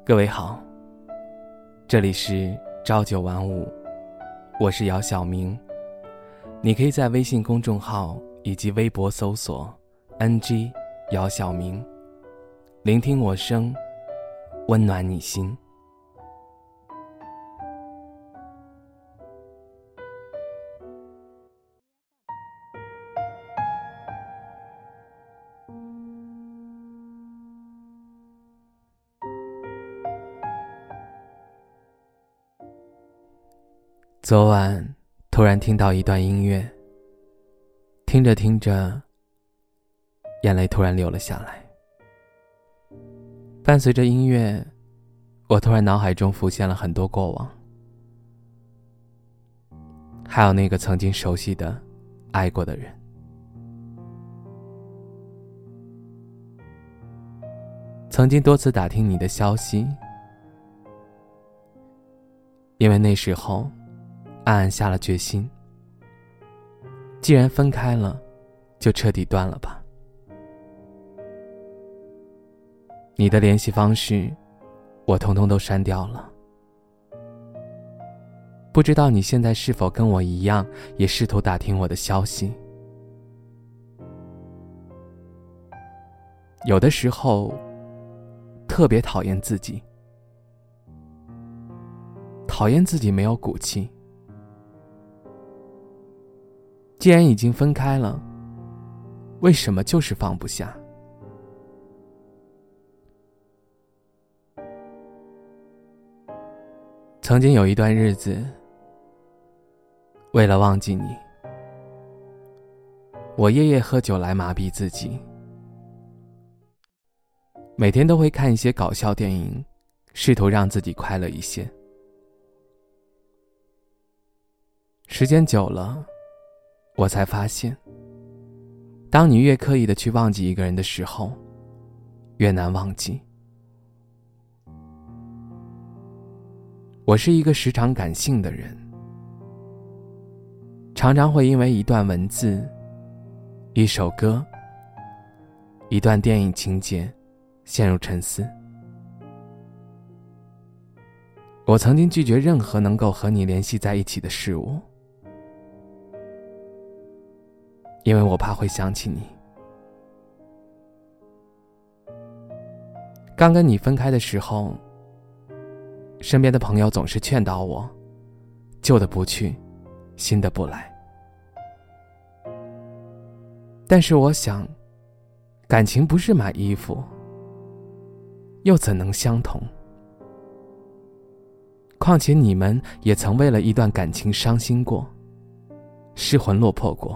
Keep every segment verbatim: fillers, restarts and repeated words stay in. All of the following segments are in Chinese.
各位好，这里是朝九晚五，我是姚晓明。你可以在微信公众号以及微博搜索 N G 姚晓明，聆听我声，温暖你心。昨晚突然听到一段音乐，听着听着，眼泪突然流了下来。伴随着音乐，我突然脑海中浮现了很多过往，还有那个曾经熟悉的、爱过的人。曾经多次打听你的消息，因为那时候暗暗下了决心，既然分开了，就彻底断了吧。你的联系方式我统统都删掉了，不知道你现在是否跟我一样，也试图打听我的消息。有的时候特别讨厌自己，讨厌自己没有骨气。既然已经分开了，为什么就是放不下？曾经有一段日子，为了忘记你，我夜夜喝酒来麻痹自己，每天都会看一些搞笑电影，试图让自己快乐一些。时间久了，我才发现，当你越刻意的去忘记一个人的时候，越难忘记。我是一个时常感性的人，常常会因为一段文字、一首歌、一段电影情节陷入沉思。我曾经拒绝任何能够和你联系在一起的事物，因为我怕会想起你。刚跟你分开的时候，身边的朋友总是劝导我，旧的不去，新的不来。但是我想，感情不是买衣服，又怎能相同？况且你们也曾为了一段感情伤心过，失魂落魄过。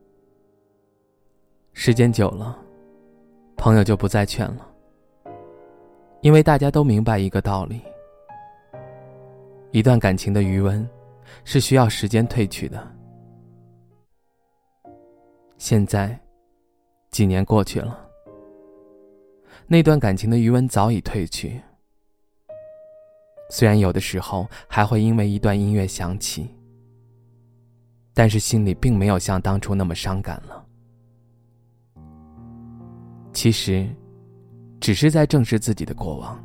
时间久了，朋友就不再劝了，因为大家都明白一个道理，一段感情的余温是需要时间褪去的。现在几年过去了，那段感情的余温早已褪去，虽然有的时候还会因为一段音乐响起，但是心里并没有像当初那么伤感了。其实只是在正视自己的过往。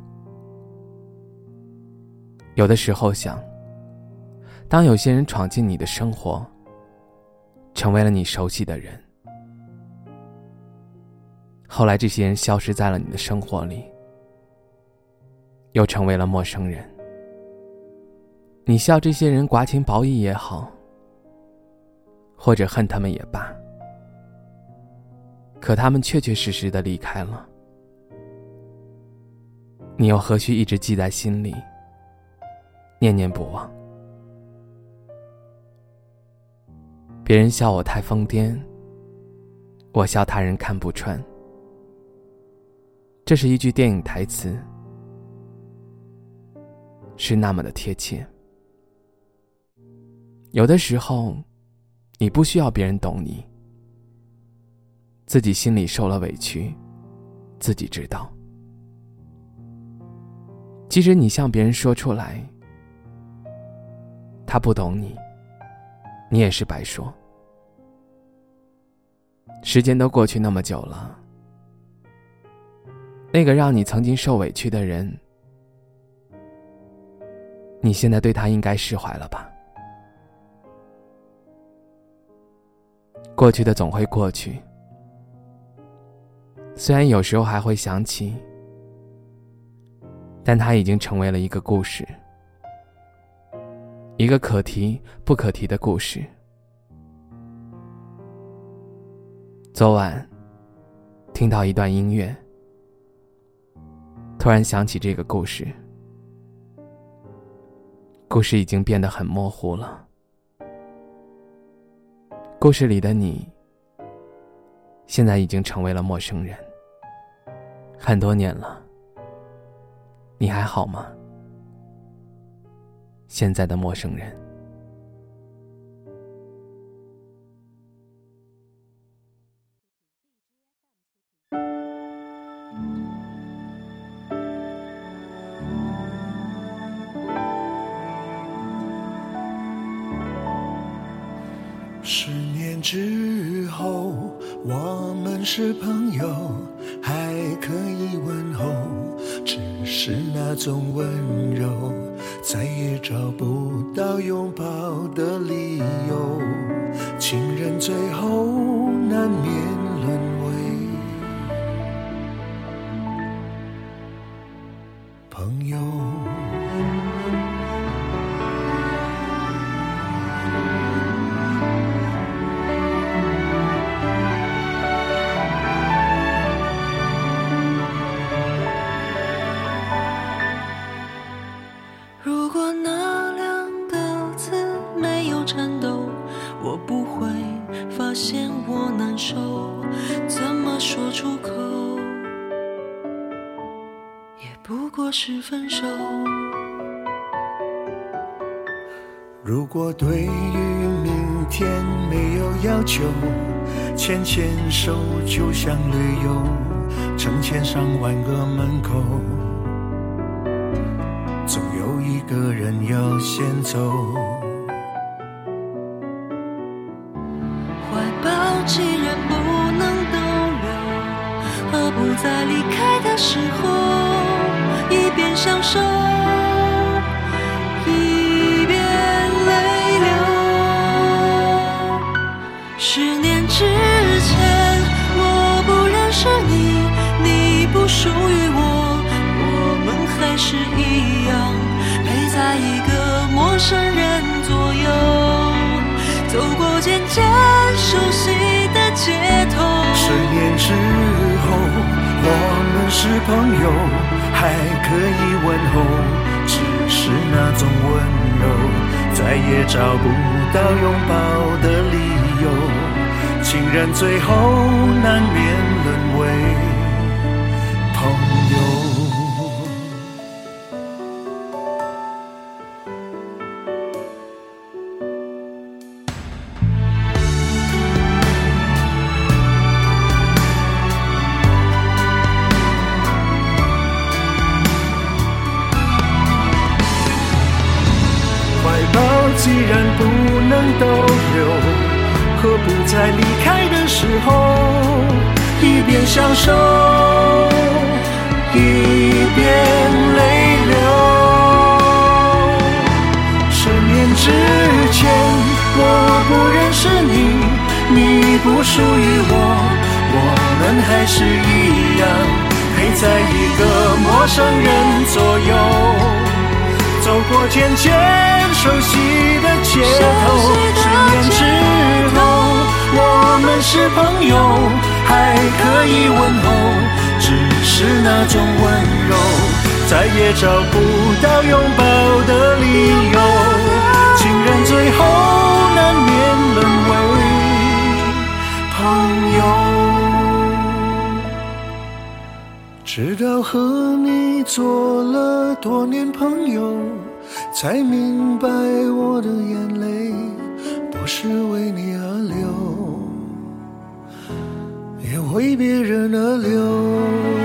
有的时候想，当有些人闯进你的生活，成为了你熟悉的人，后来这些人消失在了你的生活里，又成为了陌生人，你笑这些人寡情薄义也好，或者恨他们也罢，可他们确确实实地离开了，你又何须一直记在心里，念念不忘？别人笑我太疯癫，我笑他人看不穿。这是一句电影台词，是那么的贴切。有的时候，你不需要别人懂你，自己心里受了委屈，自己知道。即使你向别人说出来，他不懂你，你也是白说。时间都过去那么久了，那个让你曾经受委屈的人， 你现在对他应该释怀了吧？过去的总会过去，虽然有时候还会想起，但它已经成为了一个故事，一个可提不可提的故事。昨晚听到一段音乐，突然想起这个故事，故事已经变得很模糊了。故事里的你，现在已经成为了陌生人。很多年了，你还好吗？现在的陌生人。 十年之后，我们是朋友，还可以问候，只是那种温柔，再也找不到拥抱的理由。情人最后难免沦为朋友。 如果那两个字没有颤抖，我不会发现我难受，怎么说出口，也不过是分手。 如果对于明天没有要求，牵牵手就像旅游，成千上万个门口，总有一个人要先走。 怀抱既然不能逗留，何不在离开的时候一边享受一边泪流。十年之前我不认识你，你不属于我，我们还是一样陪在一个陌生人左右，走过渐渐熟悉的街头。 十年之后，我们是朋友，还可以问候，只是那种温柔，再也找不到拥抱的理由。情人最后难免沦为朋友。既然不能逗留，何不在离开的时候一边享受一边泪流。十年之前我不认识你，你不属于我，我们还是一样陪在一个陌生人左右，走过渐渐熟悉的街头。十年之后，我们是朋友，还可以问候，只是那种温柔，再也找不到拥抱的理由。情人最后难免沦为朋友。直到和你做了多年朋友，才明白我的眼泪不是为你而流，也为别人而流。